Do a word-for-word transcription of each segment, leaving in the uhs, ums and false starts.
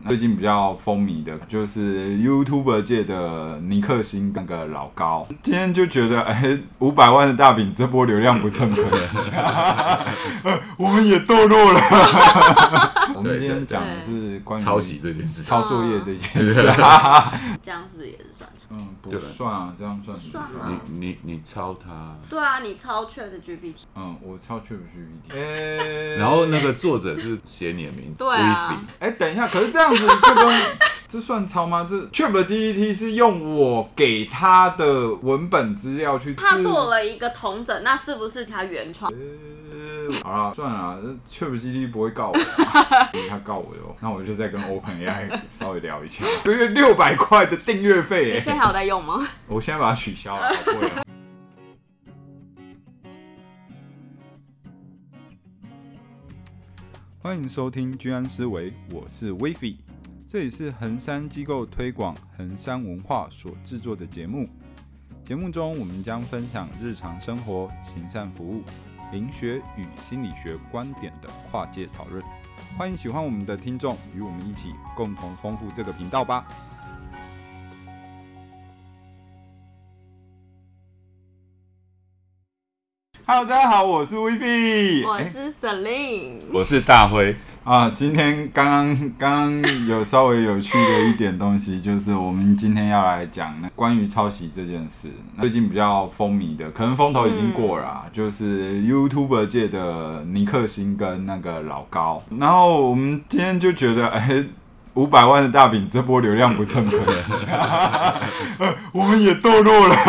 最近比较风靡的就是 YouTuber 界的尼克星那个老高，今天就觉得哎，五百万的大饼这波流量不趁可惜，我们也堕落了。我们今天讲的是关于抄袭这件事， 抄作业这件事。 这样是不是也是算抄？ 嗯，不算啊，这样算什么？ 你你你抄他？ 对啊，你抄 ChatGPT。 嗯，我抄 ChatGPT。欸， 然后那个作者是写你的名字。 对啊。 哎，等一下，可是这样子就跟这算抄吗？这 ChatGPT 是用我给他的文本资料去， 他做了一个统整，那是不是他原创？ 好啦，算了，这 ChatGPT 不会告我，他告我哟，那我就再跟 OpenAI 稍微聊一下，一个月六百块的订阅费， 你现在还有在用吗？ 我现在把它取消了，好贵哦。欢迎收听居安思维，我是 Wavy， 这里是衡山机构推广衡山文化所制作的节目。节目中我们将分享日常生活、行善服务、灵学与心理学观点的跨界讨论。欢迎喜欢我们的听众与我们一起共同丰富这个频道吧。Hello， 大家好，我是 Wavy， 我是 Celine， 我是大辉啊。今天刚刚刚刚有稍微有趣的一点东西，就是我们今天要来讲关于抄袭这件事。最近比较风靡的，可能风头已经过了啊，嗯、就是 YouTuber 界的尼克星跟那个老高。然后我们今天就觉得，哎。五百万的大饼这波流量不趁可惜，我们也堕落了，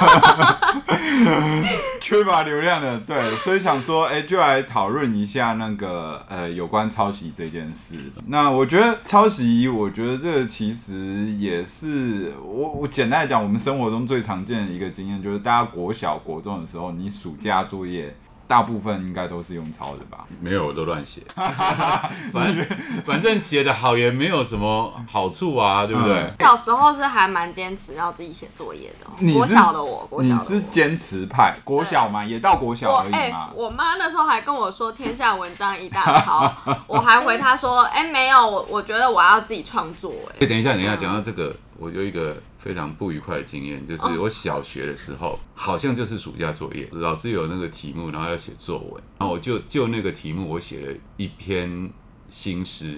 缺乏流量的，对，所以想说，哎、欸，就来讨论一下那个呃有关抄袭这件事。那我觉得抄袭，我觉得这个其实也是我我简单来讲，我们生活中最常见的一个经验，就是大家国小国中的时候，你暑假作业。大部分应该都是用抄的吧？ 没有，我都乱写。反正反正写的好也没有什么好处啊，对不对？嗯、 小时候是还蛮坚持要自己写作业的、哦。国小的我，国小的我你是坚持派，国小嘛，也到国小而已嘛。 欸、我妈那时候还跟我说天下文章一大抄，我还回她说，哎、欸，没有，我我觉得我要自己创作。哎， 等一下，等一下，讲到这个，我有一个。非常不愉快的经验，就是我小学的时候，好像就是暑假作业，老师有那个题目，然后要写作文，然后我就就那个题目，我写了一篇新诗。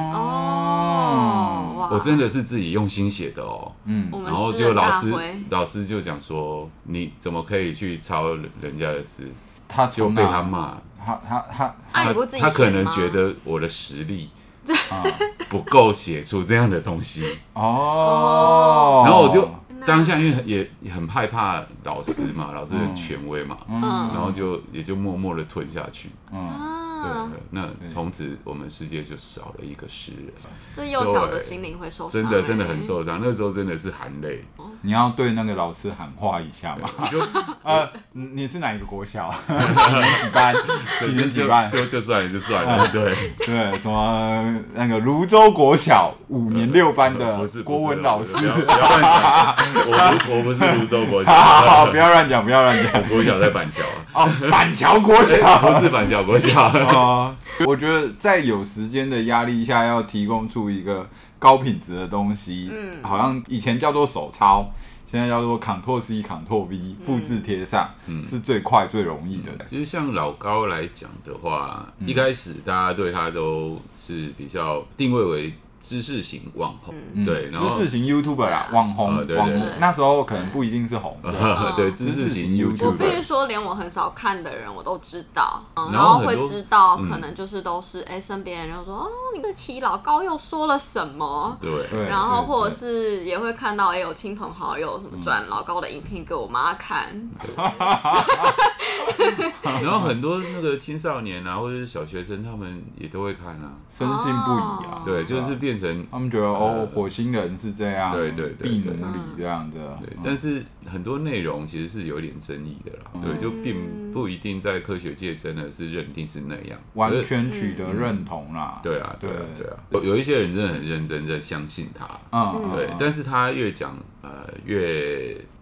哦， 我真的是自己用心写的哦。嗯，然后就老师老师就讲说，你怎么可以去抄人家的诗？他就被他骂。 他他他他他可能觉得我的实力。不够写出这样的东西哦，然后我就当下因为也也很害怕老师嘛，老师很权威嘛，嗯、然后就也就默默的吞下去。嗯，对，那从此我们世界就少了一个诗人。 这幼小的心灵会受伤、欸， 真的真的很受伤。那时候真的是含泪。 你要对那个老师喊话一下嘛？就呃，你是哪一个国小？几年几班？几年几班？ 就就算了，就算了。对对，什么那个泸州国小五年六班的国文老师？ 不要乱讲，我不我不是泸州国小。 好好好，不要乱讲，不要乱讲。 国小在板桥。 哦，板桥国小不是板桥国小。 哦，我觉得在有时间的压力下，要提供出一个高品质的东西，嗯，好像以前叫做手抄，现在叫做 Ctrl C、Ctrl V 复制贴上，嗯，是最快最容易的。 其实像老高来讲的话，嗯、一开始大家对他都是比较定位为。知识型网红，嗯、对， 知识型 YouTuber 啦，网红，呃、对对对网红那时候可能不一定是红的， 嗯、对，知识型 YouTuber。 我必须说，连我很少看的人，我都知道，嗯、然后会知道，可能就是都是哎，身边人就说哦，你这期老高又说了什么？ 对， 然后或者是也会看到哎，有亲朋好友什么转老高的影片给我妈看。 然后很多那个青少年啊，或者是小学生，他们也都会看啊， 深信不疑啊， 对，就是变成他们觉得哦，火星人是这样， 对对对， 婢奴礼这样的， 对，但是很多内容其实是有点争议的啦，对，就并不一定在科学界真的是认定是那样， 完全取得认同啦， 对啊，对啊，对啊，有有一些人真的很认真在相信他，嗯，对，但是他越讲呃越。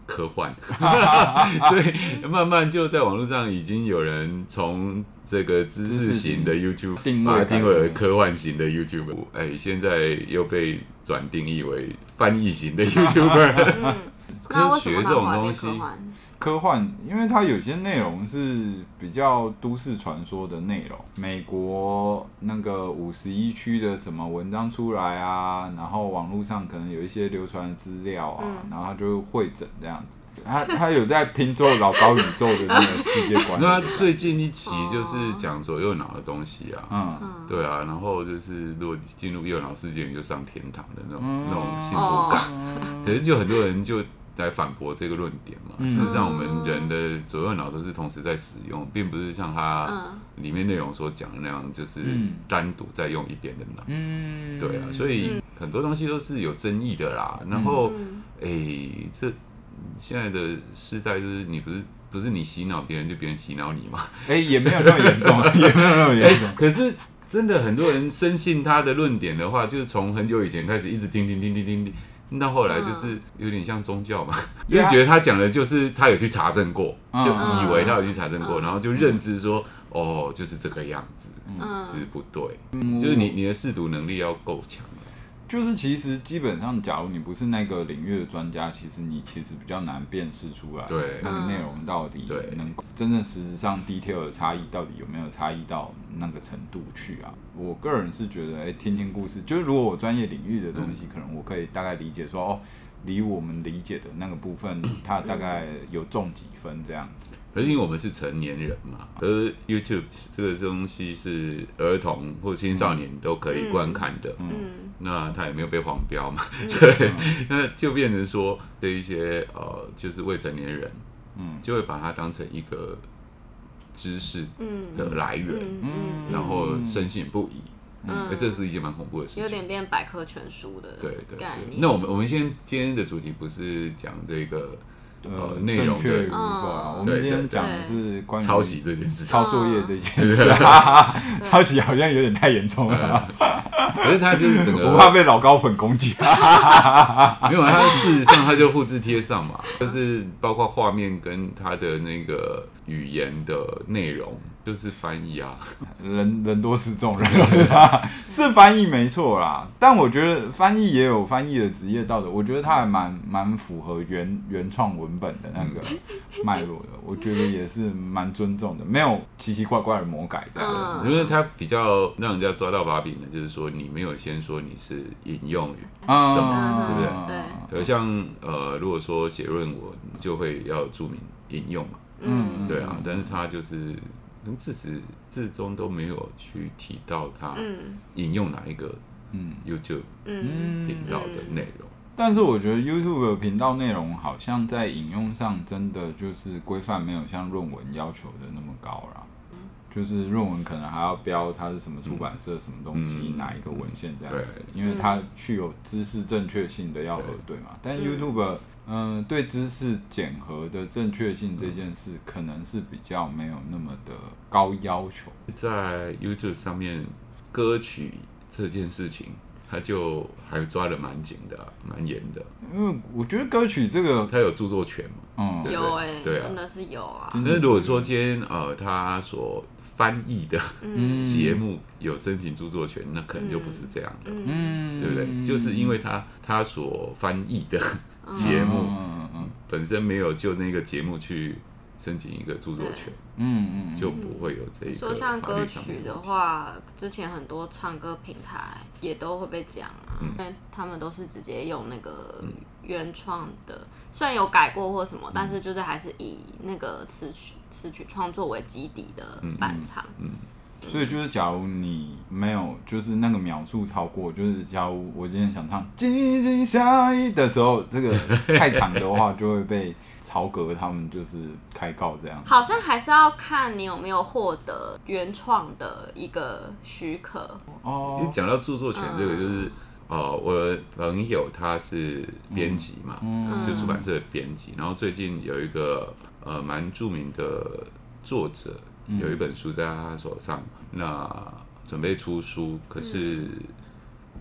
科幻，所以慢慢就在网络上已经有人从这个知识型的 YouTube 把它定位为科幻型的 YouTuber， 哎，现在又被转定义为翻译型的 YouTuber。 嗯， 科学这种东西， 科幻，因为它有些内容是比较都市传说的内容，美国那个五十一区的什么文章出来啊，然后网络上可能有一些流传的资料啊，嗯、然后他就会诊这样子。他他有在拼凑老高宇宙的那个世界观。 那最近一期就是讲左右脑的东西啊，嗯，对啊，然后就是如果进入右脑世界，你就上天堂的那种、嗯、那种幸福感。哦、可是就很多人就来反驳这个论点嘛。嗯、事实上，我们人的左右脑都是同时在使用，并不是像它里面内容所讲的那样，就是单独在用一边的脑。嗯，对啊，所以很多东西都是有争议的啦。然后，哎、欸，这。现在的时代就是你不是不是你洗脑别人，就别人洗脑你嘛？ 哎、欸，也没有那么严重，也没有那么严重、欸。 可是真的很多人深信他的论点的话，就是从很久以前开始一直听听听听听听，到后来就是有点像宗教嘛，嗯、就是觉得他讲的就是他有去查证过，嗯、就以为他有去查证过，嗯、然后就认知说、嗯、哦就是这个样子，嗯，只是不对，嗯、就是你你的识读能力要够强。 就是其实基本上，假如你不是那个领域的专家，其实你其实比较难辨识出来，对那个内容到底能真正实质上 detail 的差异到底有没有差异到那个程度去啊？我个人是觉得，哎、欸，听听故事，就是如果我专业领域的东西，嗯、可能我可以大概理解说，哦，离我们理解的那个部分，它大概有中几分这样子。 可是因为我们是成年人嘛，而 YouTube 这个东西是儿童或青少年都可以观看的，嗯嗯、那它也没有被黄标嘛，嗯、对，嗯、那就变成说这一些呃，就是未成年人，嗯，就会把它当成一个知识的来源，嗯、然后深信不疑。嗯，欸、这是一件蛮恐怖的事情， 有点变百科全书的概念。对对对。 那我们我们先今天的主题不是讲这个。呃，内容的语法，我们今天讲的是关于抄袭这件事， 抄作业这件事啊，抄袭好像有点太严重了。 可是他就是整个， 我怕被老高粉攻击。 没有，他事实上他就复制贴上嘛，就是包括画面跟他的那个语言的内容，就是翻译啊。 人人多势众，人是翻译没错啦，但我觉得翻译也有翻译的职业道德，我觉得他还蛮蛮符合原原创文本的那个脉络的，我觉得也是蛮尊重的，没有奇奇怪怪的魔改这样。 因为他比较让人家抓到把柄的，就是说你没有先说你是引用什么，对不对？对。像呃，如果说写论文就会要注明引用嘛，嗯，对啊，但是他就是自始至终都没有去提到他引用哪一个 YouTube 频道的内容。 但是我觉得 YouTube 的频道内容好像在引用上真的就是规范没有像论文要求的那么高啦。就是论文可能还要标它是什么出版社、什么东西、嗯、哪一个文献这样子，因为它具有知识正确性的要核对嘛。但 YouTube 嗯、呃、对知识检核的正确性这件事，可能是比较没有那么的高要求。 在 YouTube 上面，歌曲这件事情，他就还抓得蛮紧的、蛮严的。 因为我觉得歌曲这个， 它有著作权嘛， 嗯，有哎、欸，对、啊，真的是有啊。 但是如果说今天呃，他所翻译的节目有申请著作权，那可能就不是这样的，嗯、对不对？就是因为他他所翻译的节目本身没有就那个节目去申请一个著作权，嗯嗯，就不会有这一个。 说像歌曲的话，之前很多唱歌平台也都会被讲啊，嗯、因为他们都是直接用那个原创的，虽然有改过或什么，嗯、但是就是还是以那个词曲词曲创作为基底的伴唱。嗯嗯嗯、所以就是，假如你没有就是那个秒数超过，就是假如我今天想唱《静静下雨》的时候，这个太长的话就会被曹格他们就是开告这样。 好像还是要看你有没有获得原创的一个许可。 哦，你讲到著作权这个，就是、嗯呃、我的朋友他是编辑嘛，嗯、就出版社的编辑，然后最近有一个呃蛮著名的作者。有一本书在他手上，那准备出书，可是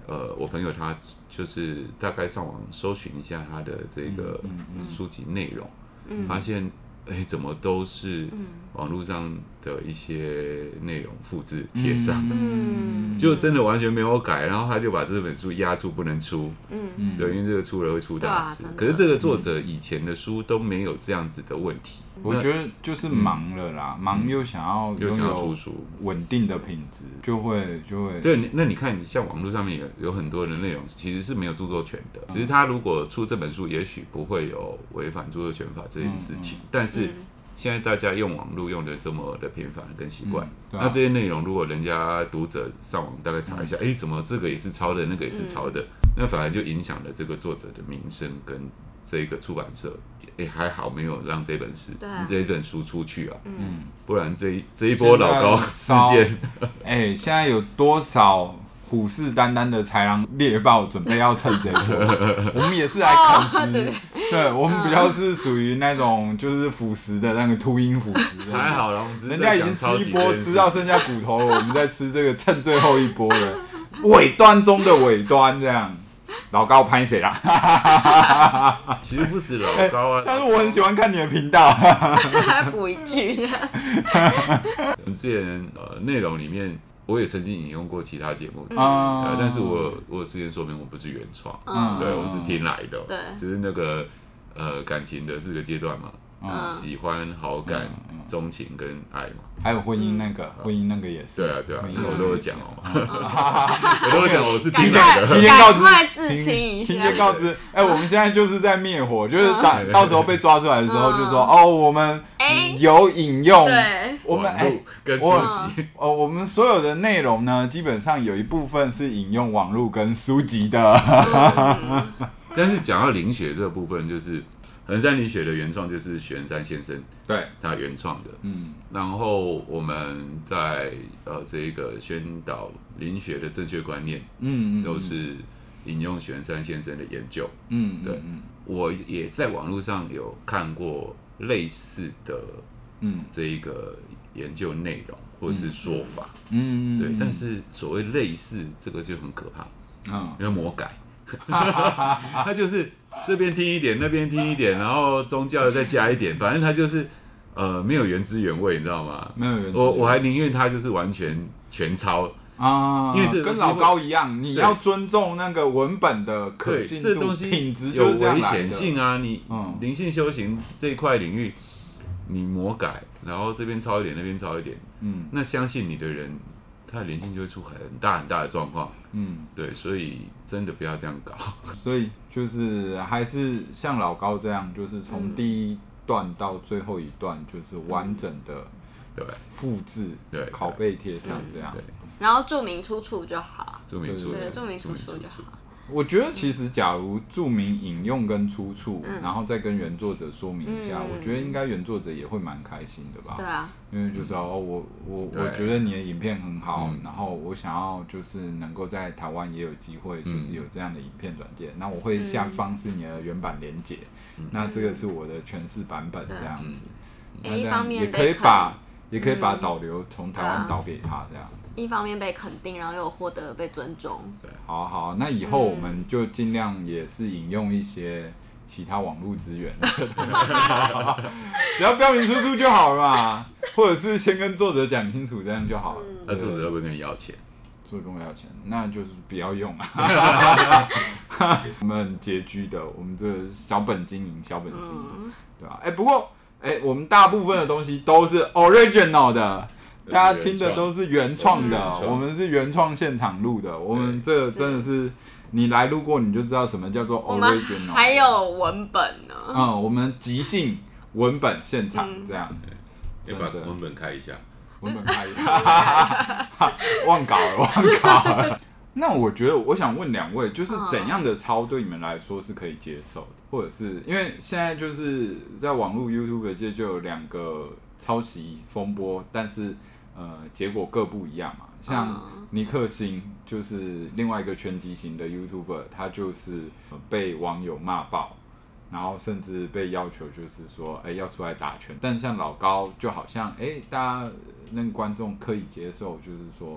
呃，我朋友他就是大概上网搜寻一下他的这个书籍内容，嗯嗯、发现哎，怎么都是网络上的一些内容复制贴上，嗯、就真的完全没有改，然后他就把这本书压住不能出，嗯，对，因为这个出了会出大事。啊、可是这个作者以前的书都没有这样子的问题。 我觉得就是忙了啦，嗯、忙又想要又想要出书， 稳定的品质，就会就会。 对，那你看，像网络上面有有很多的内容其实是没有著作权的，只是他如果出这本书，也许不会有违反著作权法这件事情，嗯嗯、但是。现在大家用网络用的这么的频繁跟习惯，嗯啊、那这些内容如果人家读者上网大概查一下，哎、嗯，怎么这个也是抄的，那个也是抄的，嗯、那反而就影响了这个作者的名声跟这个出版社。哎，还好没有让这本书、啊、这一本书出去啊，嗯，不然这一这一波老高事件， 哎，现在有多少？虎视眈眈的豺狼猎豹准备要趁这一波，我们也是来啃食，哦、对, 对我们比较是属于那种就是腐蚀的那个秃鹰腐蚀， 还好啦，我们人家已经吃一波吃到剩下骨头了，我们在吃这个趁最后一波的尾端中的尾端这样。老高拍谁啦？ 其实不止老高啊、欸， 但是我很喜欢看你的频道。 还补一句。 我们之前呃内容里面。我也曾经引用过其他节目，嗯呃、但是我我有事先说明我不是原创，嗯、对，我是听来的，对，只是那个呃感情的四个阶段嘛，嗯、喜欢、好感、钟、嗯、情跟爱嘛， 还有婚姻那个，嗯、婚姻那个也是， 对啊对啊，我都有讲哦，我都有讲我是听来的， 提前告知， 自清一下， 提前告知，哎、欸，我们现在就是在灭火，就是到到时候被抓出来的时候，就说哦，我们有引用， 对， 我们哎，跟书籍， 哦，我们所有的内容呢，基本上有一部分是引用网络跟书籍的， 嗯、但是讲到灵学这个部分，就是衡山灵学的原创就是许衡山先生， 对， 他原创的，嗯，然后我们在呃这一个宣导灵学的正确观念，嗯，都是引用许衡山先生的研究，嗯，对，嗯、我也在网络上有看过类似的，嗯，这一个研究内容或者是说法，嗯，对，但是所谓类似这个就很可怕，嗯，因为魔改，它就是这边听一点，那边听一点，然后宗教再加一点，反正它就是呃没有原汁原味，你知道吗？ 没有原汁， 我我还宁愿它就是完全全抄。 啊，因为这跟老高一样，你要尊重那个文本的可信度、 这东西品质就是这样来的， 有危险性啊！你灵性修行这一块领域，你魔改，然后这边抄一点，那边抄一点，嗯，那相信你的人，他的灵性就会出很大很大的状况，嗯，对，所以真的不要这样搞。 所以就是还是像老高这样，就是从第一段到最后一段，就是完整的。对，复制，对，拷贝贴上这样， 然后注明出处就好， 注明出处， 对，注明出处就好。 我觉得其实假如注明引用跟出处，嗯、然后再跟原作者说明一下，嗯、我觉得应该原作者也会蛮开心的吧。 对啊， 因为就是哦，我我我觉得你的影片很好，嗯、然后我想要就是能够在台湾也有机会，就是有这样的影片转介，那、嗯、我会下方是你的原版连结，嗯、那这个是我的诠释版本这样子， 那这样也可以把。也可以把导流从台湾导给他这样子， 一方面被肯定，然后又获得被尊重。 对，好好，那以后我们就尽量也是引用一些其他网络资源，只要标明出处就好了嘛，或者是先跟作者讲清楚，这样就好了。 那、嗯、作者会不会跟你要钱？ 作者跟我要钱，那就是不要用啊。我们很拮据的，我们这小本经营，小本经营，嗯、对吧？哎、欸，不过。哎、欸，我们大部分的东西都是 original 的，大家听的都是原创的，嗯、我们是原创现场录的，我们这个真的是你来录过你就知道什么叫做 original。 还有文本呢， 嗯，我们即兴文本现场这样， 要把文本开一下， 文本开一下，忘稿了，忘稿了。那我觉得，我想问两位，就是怎样的抄对你们来说是可以接受的，或者是因为现在就是在网络 YouTube 界就有两个抄袭风波，但是呃结果各不一样嘛。像尼克星就是另外一个拳击型的 YouTuber， 他就是被网友骂爆，然后甚至被要求就是说，哎、欸、要出来打拳。但像老高就好像，哎、欸、大家那个观众可以接受，就是说。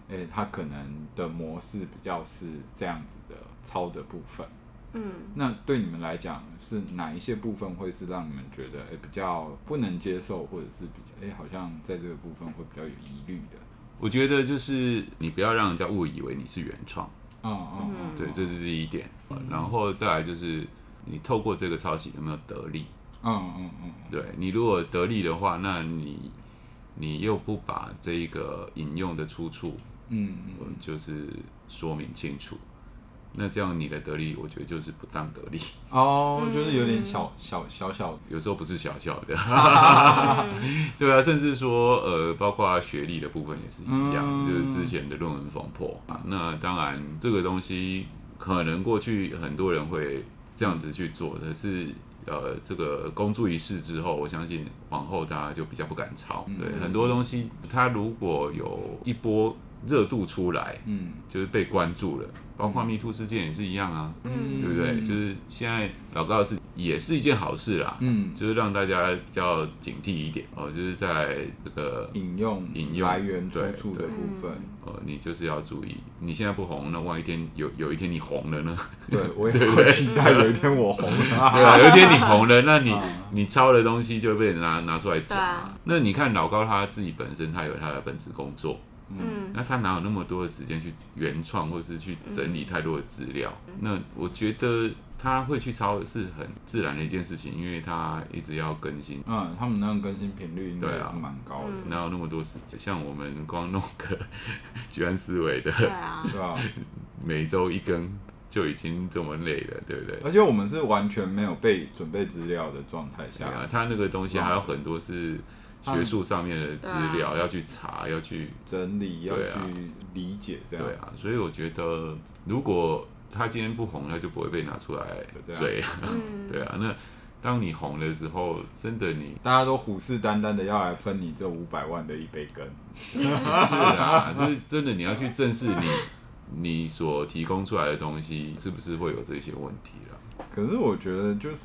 哎、欸，他可能的模式比较是这样子的抄的部分。嗯，那对你们来讲，是哪一些部分会是让你们觉得哎、欸、比较不能接受，或者是比较哎、欸、好像在这个部分会比较有疑虑的？ 我觉得就是你不要让人家误以为你是原创。 嗯嗯嗯， 对，这是第一点。嗯、然后再来就是你透过这个抄袭有没有得利？ 嗯嗯嗯， 对，你如果得利的话，那你你又不把这一个引用的出处，嗯嗯，就是说明清楚。那这样你的得利，我觉得就是不当得利哦，就是有点小小小小， 有时候不是小小的，对啊，甚至说呃，包括学历的部分也是一样，嗯、就是之前的论文风波啊。那当然这个东西可能过去很多人会这样子去做，可是呃，这个公诸于世之后，我相信往后大家就比较不敢抄。对，嗯、很多东西它如果有一波热度出来，嗯，就是被关注了。包括 Me Too 事件也是一样啊，嗯，对不对？就是现在老高的事也是一件好事啦，嗯，就是让大家比较警惕一点哦，就是在这个引用引用来源出处的部分， 哦，你就是要注意，你现在不红，那万一天有有一天你红了呢？ 对，我也很期待有一天我红了， 对啊，有一天你红了，那你你抄的东西就被人拿拿出来讲嘛。那你看老高他自己本身他有他的本职工作。嗯，那他哪有那么多的时间去原创，或是去整理太多的资料？嗯、那我觉得他会去抄是很自然的一件事情，因为他一直要更新。 嗯，他们那种更新频率应该是蛮高的。 哪有那么多时间？像我们光弄个居安思危的， 对啊， 对啊， 每周一更就已经这么累了，对不对？ 而且我们是完全没有被准备资料的状态下， 啊，他那个东西还有很多是。学术上面的资料、啊、要去查，要去整理，要去理解，这样对啊。所以我觉得，如果他今天不红，他就不会被拿出来追。嗯、对啊，那当你红的时候，真的你大家都虎视眈眈的要来分你这五百万的一杯羹。 是啊，就是真的你要去正视你你所提供出来的东西是不是会有这些问题啦。 可是我觉得就是。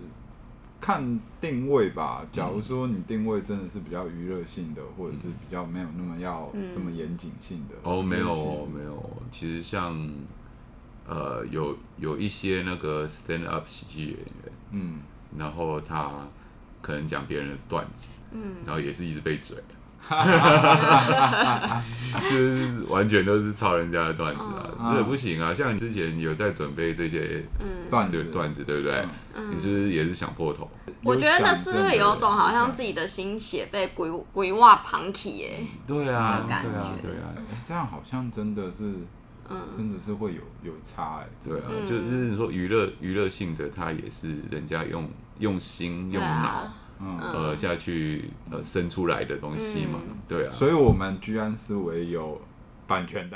看定位吧，假如说你定位真的是比较娱乐性的，或者是比较没有那么要这么严谨性的。 哦，没有哦，没有。其实像呃有有一些那个 stand up 喜剧演员，嗯，然后他可能讲别人的段子，嗯，然后也是一直被嘴。就是完全都是抄人家的段子啊，嗯、这不行啊！像你之前有在准备这些段子，段子对不对？嗯、你是不是也是想破头？ 我觉得那是会有种好像自己的心血被鬼鬼挖旁起耶， 对啊， 感觉， 对啊，对啊， 欸、这样好像真的是，嗯、真的是会有有差哎。 对啊，嗯、就是说娱乐娱乐性的，它也是人家用用心用脑。嗯、呃，下去呃生出来的东西嘛，嗯、对啊， 所以我们居安思危有版权的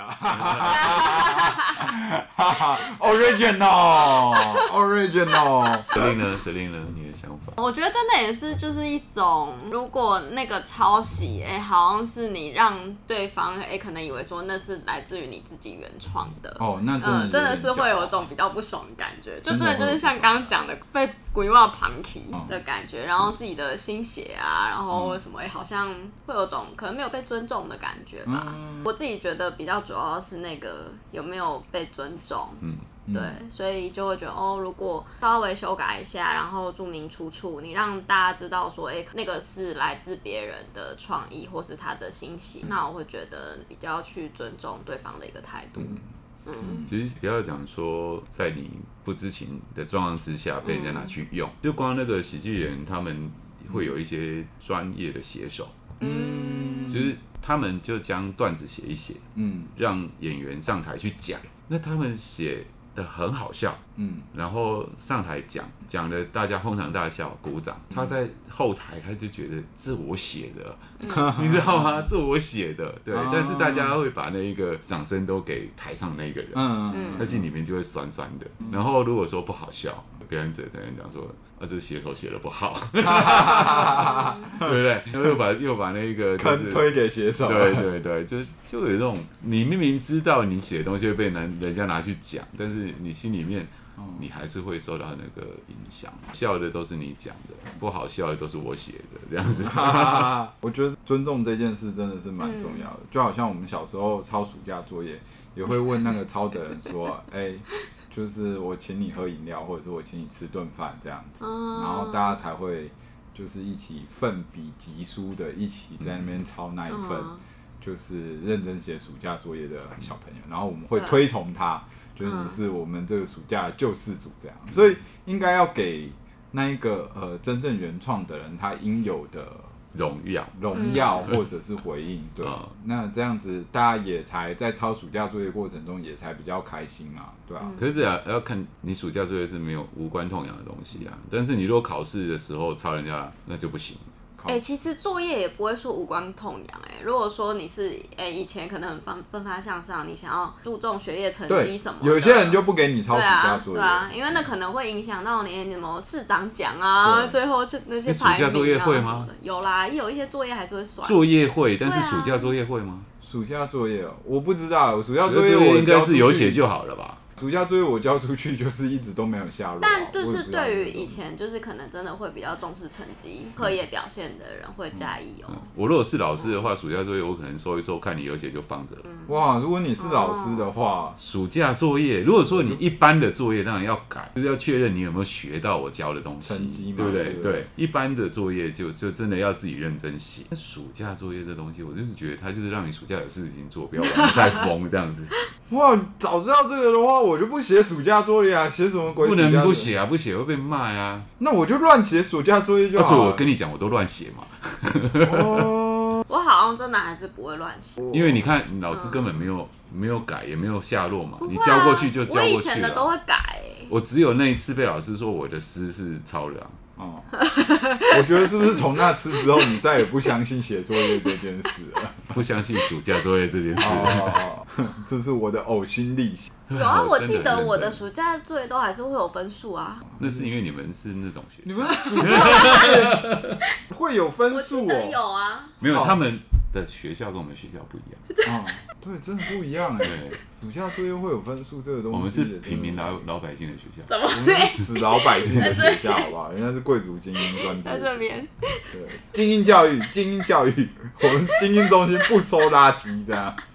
，original original。 司令呢？司令呢？你的想法？ 我觉得真的也是，就是一种，如果那个抄袭，哎、欸，好像是你让对方，哎、欸，可能以为说那是来自于你自己原创的。 哦，那真的、 嗯、真的是会有一种比较不爽的感觉，就真的就是像刚刚讲的被鬼话旁提的感觉，然后自己的心血啊，然后什么，哎、欸，好像会有种可能没有被尊重的感觉吧。嗯、我自己觉得比较主要是那个有没有被尊重。嗯。对，所以就会觉得哦，如果稍微修改一下，然后注明出处，你让大家知道说，哎，那个是来自别人的创意或是他的心血，嗯、那我会觉得比较去尊重对方的一个态度。嗯， 嗯其实不要讲说在你不知情的状况之下被人家拿去用，嗯、就光那个喜剧人他们会有一些专业的写手，嗯，就是他们就将段子写一写，嗯，让演员上台去讲，那他们写的很好笑，嗯，然后上台讲讲的大家哄堂大笑，鼓掌。他在后台他就觉得这我写的，嗯、你知道吗？这我写的，对。哦、但是大家会把那一个掌声都给台上那个人，嗯嗯，他心里面就会酸酸的。然后如果说不好笑， 表演者可能讲说，啊，这写手写的不好，对不对？又把又把那个坑推给写手， 对对对，就就有这种，你明明知道你写的东西会被人人家拿去讲，但是你心里面。你还是会受到那个影响，笑的都是你讲的，不好笑的都是我写的，这样子。 我觉得尊重这件事真的是蛮重要的，嗯、就好像我们小时候抄暑假作业，也会问那个抄的人说：“哎、欸，就是我请你喝饮料，或者是我请你吃顿饭这样子。嗯”然后大家才会就是一起奋笔疾书的，一起在那边抄那一份，嗯、就是认真写暑假作业的小朋友，然后我们会推崇他。就是你是我们这个暑假的救世主这样，所以应该要给那一个呃真正原创的人他应有的荣耀、 荣耀或者是回应，对，嗯、那这样子大家也才在抄暑假作业过程中也才比较开心嘛，对啊。 可是这要看你暑假作业是没有无关痛痒的东西啊，但是你如果考试的时候抄人家，那就不行。 哎、欸，其实作业也不会说无关痛痒哎。如果说你是哎、欸、以前可能很分分发向上，你想要注重学业成绩什么的， 有些人就不给你抄暑假作业， 对啊，对啊，因为那可能会影响到你什么市长奖啊，最后是那些排名啊。 你暑假作业会吗？ 有啦，也有一些作业还是会算。 作业会，但是暑假作业会吗？ 啊、暑假作业哦，我不知道，暑假作业我应该是有写就好了吧。 暑假作业我交出去就是一直都没有下落、啊， 但就是对于以前就是可能真的会比较重视成绩、课业表现的人会在意哦、喔嗯嗯。我如果是老师的话，暑假作业我可能收一收，看你有写就放着了。 嗯、哇，如果你是老师的话， 哦、暑假作业，如果说你一般的作业当然要改，就是要确认你有没有学到我教的东西， 成绩嘛， 对不对？ 对, 对, 对，一般的作业就就真的要自己认真写。暑假作业这东西，我就是觉得它就是让你暑假有事情做，不要玩得太疯这样子。 哇，早知道这个的话，我就不写暑假作业啊，写什么鬼暑假作业？ 不能不写啊，不写会被骂呀。 那我就乱写暑假作业就好了。 而且我跟你讲，我都乱写嘛。 哦，我好像真的还是不会乱写， 因为你看老师根本没有、嗯、没有改，也没有下落嘛，啊、你交过去就交过去了。 我以前的都会改、欸， 我只有那一次被老师说我的诗是抄的、啊。 哦，我觉得是不是从那次之后，你再也不相信写作业这件事了？ 不相信暑假作业这件事。 哦，这是我的呕心沥血。 有啊，我记得我的暑假作业都还是会有分数啊。 那是因为你们是那种学校， 你们暑假作业会有分数哦？ 有啊， 没有，他们的学校跟我们学校不一样。 哦，对，真的不一样哎。暑假作业会有分数这个东西， 我们是平民老老百姓的学校， 什么？ 我们是死老百姓的学校，好不好？人家是贵族精英专制， 在这边。 对，精英教育，精英教育，我们精英中心不收垃圾，这样。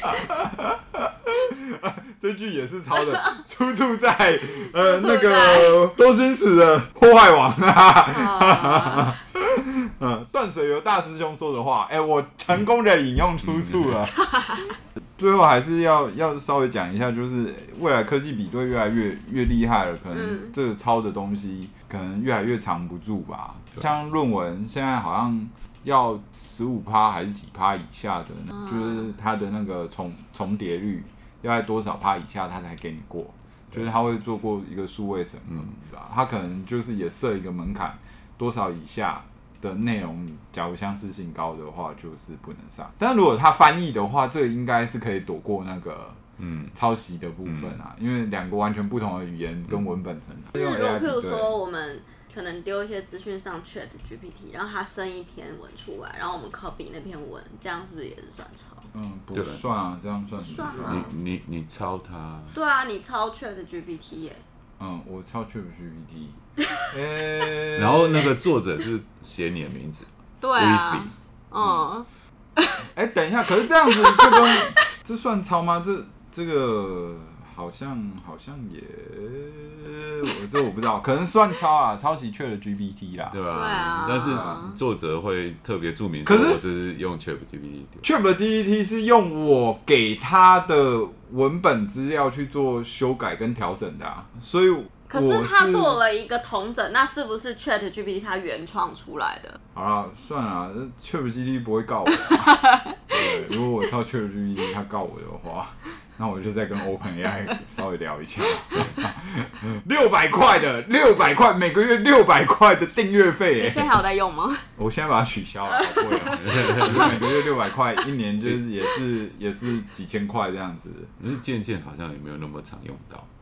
这句也是抄的，出处在呃那个周星驰的《破坏王》啊。嗯，断水流大师兄说的话，哎、欸，我成功的引用出处了。最后还是要要稍微讲一下，就是未来科技比对越来越越厉害了，可能这个抄的东西可能越来越藏不住吧。像论文现在好像要十五趴还是几趴以下的，嗯、就是它的那个重重叠率要在多少趴以下，它才给你过。就是他会做过一个数位审核，对吧？他可能就是也设一个门槛，多少以下的内容，假如相似性高的话，就是不能上。但如果他翻译的话，这个应该是可以躲过那个嗯抄袭的部分啊，嗯、因为两个完全不同的语言跟文本成长。 就是如果譬如说我们可能丢一些资讯上 Chat G P T， 然后它生一篇文出来，然后我们 copy 那篇文，这样是不是也是算抄？ 嗯，不算啊，这样算什么？ 算吗？ 你你你抄它？ 对啊，你抄 Chat G P T 耶、欸。 嗯，我抄 Chat G P T。欸、 然后那个作者是写你的名字。 对啊。嗯。 哎、欸，等一下，可是这样子就跟这算抄吗？这这个好像好像也，我这我不知道，可能算抄啊，抄袭 Chat G P T 啦， 对吧、啊？ 对啊。 但是作者会特别注明说，我这是用 Chat G P T。Chat G P T 是用我给他的文本资料去做修改跟调整的啊，所以。 可是他做了一个统整，那是不是 Chat G P T 他原创出来的？ 好啦，算了 ，Chat G P T 不会告我啊。对，如果我抄 Chat G P T 他告我的话，那我就再跟 OpenAI 稍微聊一下。六百块的，六百块，每个月六百块的订阅费。 你现在还有在用吗？ 我现在把它取消了，好贵啊！每个月六百块，一年就是也是也是几千块这样子。 可是渐渐好像也没有那么常用到。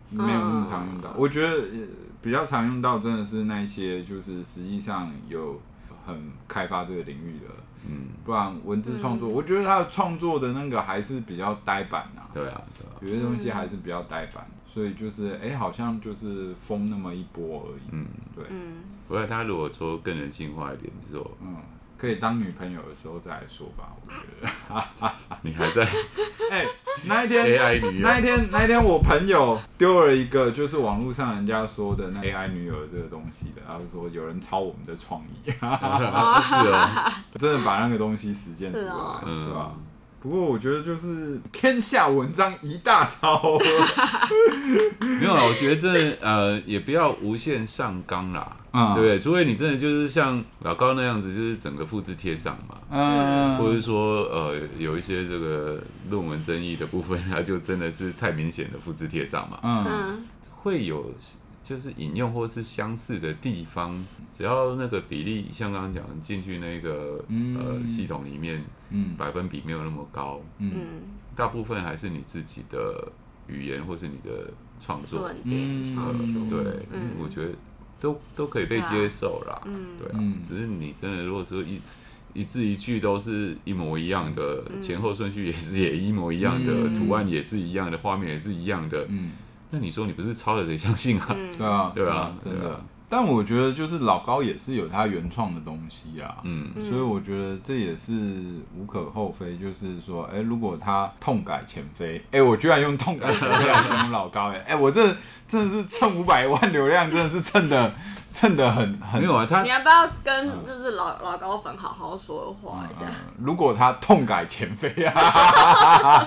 没有那么常用到。嗯、我觉得比较常用到真的是那些就是实际上有很开发这个领域的，嗯，不然文字创作，嗯、我觉得他的创作的那个还是比较呆板啊。 对啊，对啊， 有些东西还是比较呆板，所以就是哎、欸，好像就是疯那么一波而已。嗯，对。嗯， 不过他如果说更人性化一点，你说， 嗯。可以当女朋友的时候再来说吧，我觉得。 你还在？ 哎、欸，那一天 A I 女友， 那一天那一天我朋友丢了一个，就是网络上人家说的那 A I 女友这个东西的，然后说有人抄我们的创意，是哦， 真的把那个东西实践出来， 哦、 对吧？不过我觉得就是天下文章一大抄， 没有啦，我觉得这呃也不要无限上纲啦，嗯、对不对？除非你真的就是像老高那样子，就是整个复制贴上嘛，嗯，或者是说呃有一些这个论文争议的部分，它就真的是太明显的复制贴上嘛，嗯，会有就是引用或是相似的地方，只要那个比例像刚刚讲进去那个、嗯、呃系统里面，嗯，百分比没有那么高，嗯，大部分还是你自己的语言或是你的创作， 论点创作，对，嗯、我觉得都都可以被接受啦，嗯、对啊，嗯、只是你真的如果说一一字一句都是一模一样的，嗯、前后顺序也是也一模一样的，嗯、图案也是一样的，画面也是一样的，嗯。那你说你不是抄了谁相信啊？ 嗯、对啊，对啊，真的。但我觉得就是老高也是有他原创的东西啊，嗯，所以我觉得这也是无可厚非。就是说，哎、欸，如果他痛改前非，哎、欸，我居然用痛改前非来形容老高、欸，哎，哎，我这真的是蹭五百万流量，真的是蹭的蹭的很很。 没有啊，他你要不要跟就是老、嗯、老高粉好好说话一下？嗯嗯、如果他痛改前非啊，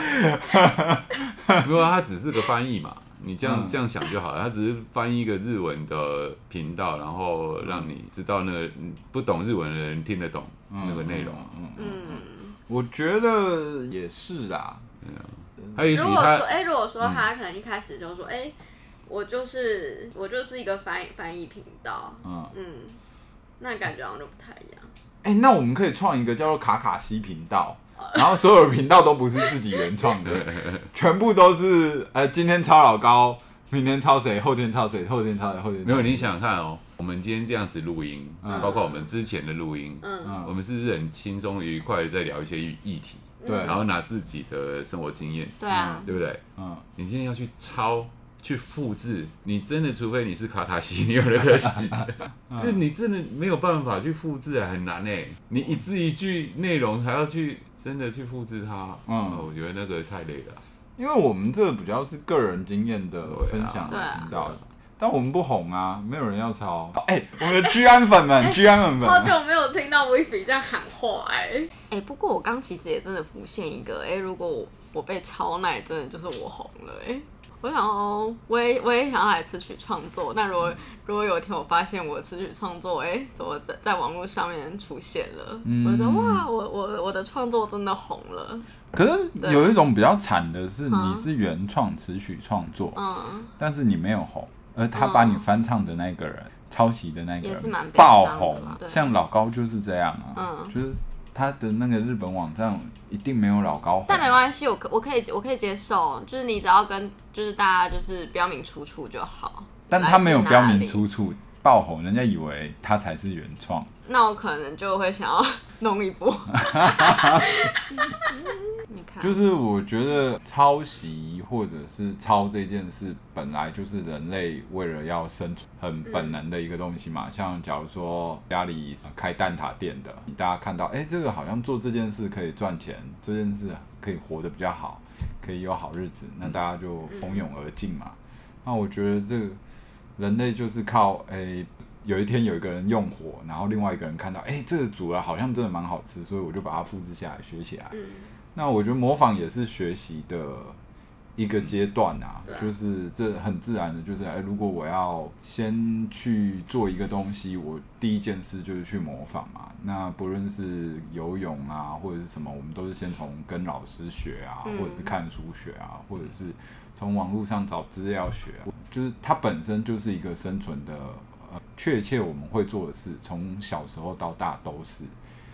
没有，他只是个翻译嘛。你这样、嗯、这样想就好了，他只是翻译一个日文的频道，然后让你知道那个不懂日文的人听得懂那个内容。嗯，嗯嗯我覺得也是啦。 他也許他如果說，哎、欸，如果說他可能一開始就說，哎、欸，我就是我就是一個翻譯翻譯頻道，嗯嗯，那感覺好像就不太一樣。 哎、欸，那我們可以創一個叫做卡卡西頻道。然後所有的頻道都不是自己原創的，全部都是呃，今天抄老高，明天抄誰，後天抄誰，後天抄誰，後天抄誰。 沒有，你想想看哦，我們今天這樣子錄音，嗯、包括我們之前的錄音，嗯、我們是不是很輕鬆愉快的在聊一些議題？對，然後拿自己的生活經驗， 對啊， 對不對？嗯，你今天要去抄。去複製，你真的除非你是卡塔西，你有那個習，就你真的沒有辦法去複製啊，很難哎。你一字一句內容還要去真的去複製它，嗯，我覺得那個太累了。 因為我們這個比較是個人經驗的分享的頻道，但我們不紅啊，沒有人要抄。哎、欸，我們的居安粉們，居安粉們， 好久沒有聽到 Vivi 這樣喊話哎、欸。哎、欸，不過我剛其實也真的浮現一個，哎、欸，如果 我, 我被抄，那也真的就是我紅了哎、欸。我想哦，我也我也想要來詞曲創作。那如果如果有一天我發現我的詞曲創作，哎、欸，怎麼在在網絡上面出現了？嗯、我就說哇，我我我的創作真的紅了。 可是有一種比較慘的是，你是原創詞曲創作，嗯，但是你沒有紅，而他把你翻唱的那個人、嗯、抄襲的那個人爆紅，像老高就是這樣啊，嗯，就是他的那個日本網站。一定沒有老高紅， 但沒關係，我可我可以我可以接受，就是你只要跟就是大家就是標明出處就好。 但他沒有標明出處，爆紅，人家以為他才是原創。 那我可能就會想要弄一波。你看， 就是我覺得抄襲或者是抄這件事，本來就是人類為了要生存很本能的一個東西嘛。嗯、像假如說家裡開蛋撻店的，大家看到，哎、欸，這個好像做這件事可以賺錢，這件事可以活得比較好，可以有好日子，那大家就蜂擁而進嘛。嗯、那我覺得這個人類就是靠，哎、欸。有一天有一個人用火，然後另外一個人看到，哎、欸，這個煮了好像真的蠻好吃，所以我就把它複製下來學起來。嗯、那我覺得模仿也是學習的一個階段啊，嗯、就是這很自然的，就是哎、欸，如果我要先去做一個東西，我第一件事就是去模仿嘛。那不論是游泳啊，或者是什麼，我們都是先從跟老師學啊，嗯、或者是看書學啊，或者是從網絡上找資料學啊，就是它本身就是一個生存的。確切我們會做的事，從小時候到大都是，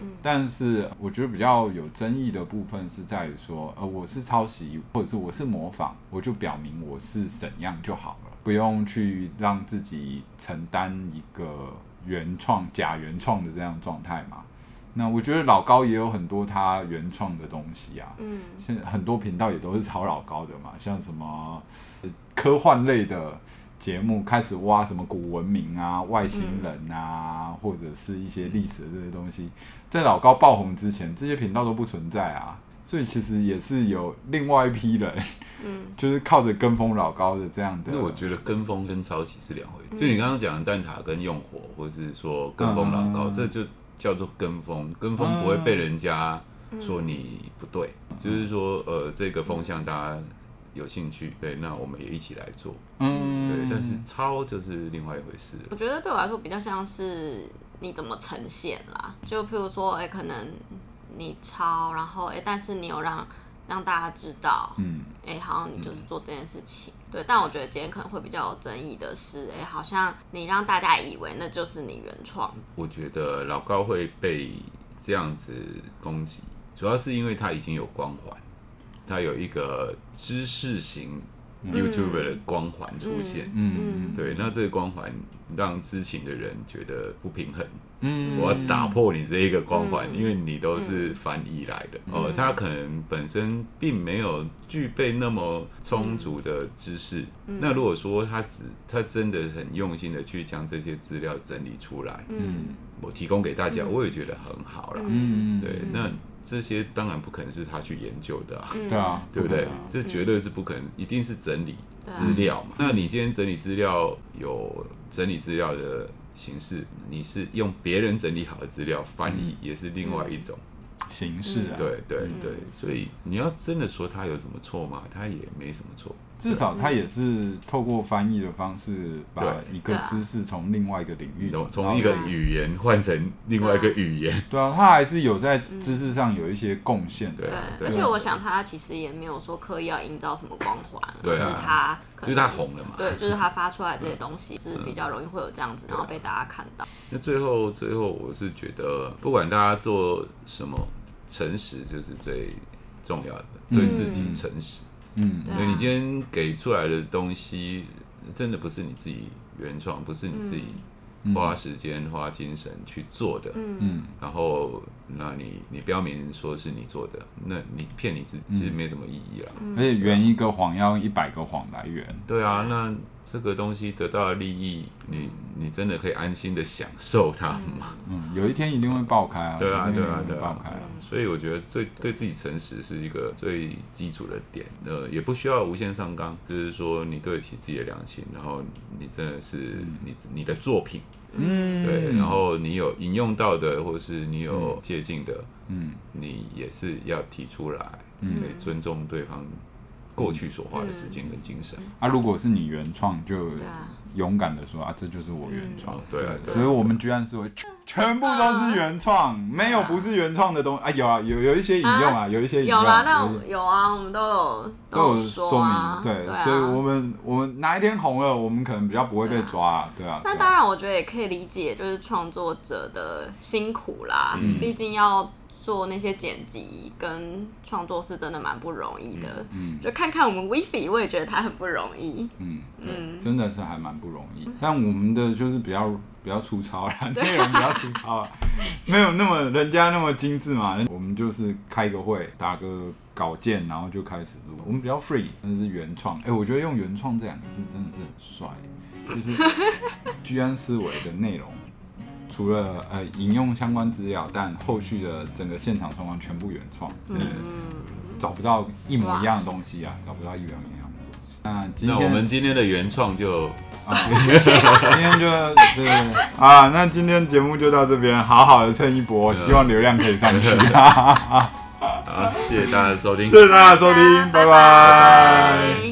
嗯、但是我觉得比较有争议的部分是在于说，呃，我是抄袭或者是我是模仿，我就表明我是怎样就好了，不用去让自己承担一个原创假原创的这样状态嘛。那我觉得老高也有很多他原创的东西啊，嗯，现在很多频道也都是抄老高的嘛，像什么科幻类的节目开始挖什么古文明啊、外星人啊，嗯、或者是一些历史的这些东西，在老高爆红之前，这些频道都不存在啊，所以其实也是有另外一批人，嗯，就是靠着跟风老高的这样的。 因为我觉得跟风跟抄袭是两回事，嗯、就你刚刚讲的蛋挞跟用火，或是说跟风老高，嗯、这就叫做跟风，跟风不会被人家说你不对，嗯、就是说呃这个风向大家有兴趣，对，那我们也一起来做，嗯，对，但是抄就是另外一回事了。 我觉得对我来说比较像是你怎么呈现啦，就譬如说，哎、欸，可能你抄，然后哎、欸，但是你有让让大家知道，嗯，哎、欸，好像你就是做这件事情，嗯、对。但我觉得今天可能会比较有争议的是，哎、欸，好像你让大家以为那就是你原创。 我觉得老高会被这样子攻击，主要是因为他已经有光环。他有一个知识型 YouTuber 的光环出现，嗯嗯、对，那这个光环让知情的人觉得不平衡，嗯、我要打破你这一个光环，嗯、因为你都是翻译来的，嗯、哦，他可能本身并没有具备那么充足的知识，嗯、那如果说他只他真的很用心的去将这些资料整理出来，嗯、我提供给大家，我也觉得很好啦，嗯、对，那。这些当然不可能是他去研究的、啊， 嗯、对啊， 对不对？嗯、这绝对是不可能，一定是整理资料嘛。嗯、那你今天整理资料有整理资料的形式，你是用别人整理好的资料翻译，也是另外一种形式啊。 对对对，所以你要真的说他有什么错吗？他也没什么错。 至少他也是透过翻译的方式，把一个知识从另外一个领域， 从一个语言换成另外一个语言。 对啊，他还是有在知识上有一些贡献的。 对，而且我想他其实也没有说刻意要营造什么光环，而是他就是他红了嘛。 对，就是他发出来这些东西是比较容易会有这样子，然后被大家看到。 那最后最后，我是觉得，不管大家做什么，诚实就是最重要的，对自己诚实。嗯，因为你今天给出来的东西，真的不是你自己原创，不是你自己花时间、花精神去做的。嗯，然后那你你标明说是你做的，那你骗你自己是没什么意义啦。 而且圆一个谎要用一百个谎来圆。 对啊，那这个东西得到的利益，你你真的可以安心的享受它吗？ 嗯，有一天一定会爆开啊。 对啊，对啊，对啊， 爆开啊。 所以我觉得最对自己诚实是一个最基础的点，呃，也不需要无限上纲，就是说你对得起自己的良心，然后你真的是你你的作品，嗯，对，然后你有引用到的，或是你有借鉴的，嗯，你也是要提出来，嗯，尊重对方过去所花的时间跟精神。 啊，如果是你原创，就勇敢的说啊，这就是我原创。 嗯、对啊，对啊， 所以我们居然是会全部都是原创，没有不是原创的东西啊。有啊，有有一些引用啊，有一些引用。 有啊，那有啊，我们都有都有说明。对，所以我们我们哪一天红了，我们可能比较不会被抓，对啊。 那当然，我觉得也可以理解，就是创作者的辛苦啦，毕竟要做那些剪辑跟创作是真的蛮不容易的，嗯，就看看我们 Wifi， 我也觉得他很不容易， 嗯嗯，真的是还蛮不容易。但我们的就是比较比较粗糙啦，内容比较粗糙，没有那么人家那么精致嘛。我们就是开个会，打个稿件，然后就开始录。我们比较 free， 但是原创。哎、欸，我觉得用原创这两个字真的是很帅，就是居安思危的内容。除了呃引用相关资料，但后续的整个现场状况全部原创，嗯，找不到一模一样的东西啊，找不到一模一样的东西。那今天那我们今天的原创就啊，今天就就是啊，那今天节目就到这边，好好的蹭一波，希望流量可以上去。 好，谢谢大家的收听， 谢谢大家的收听，拜拜。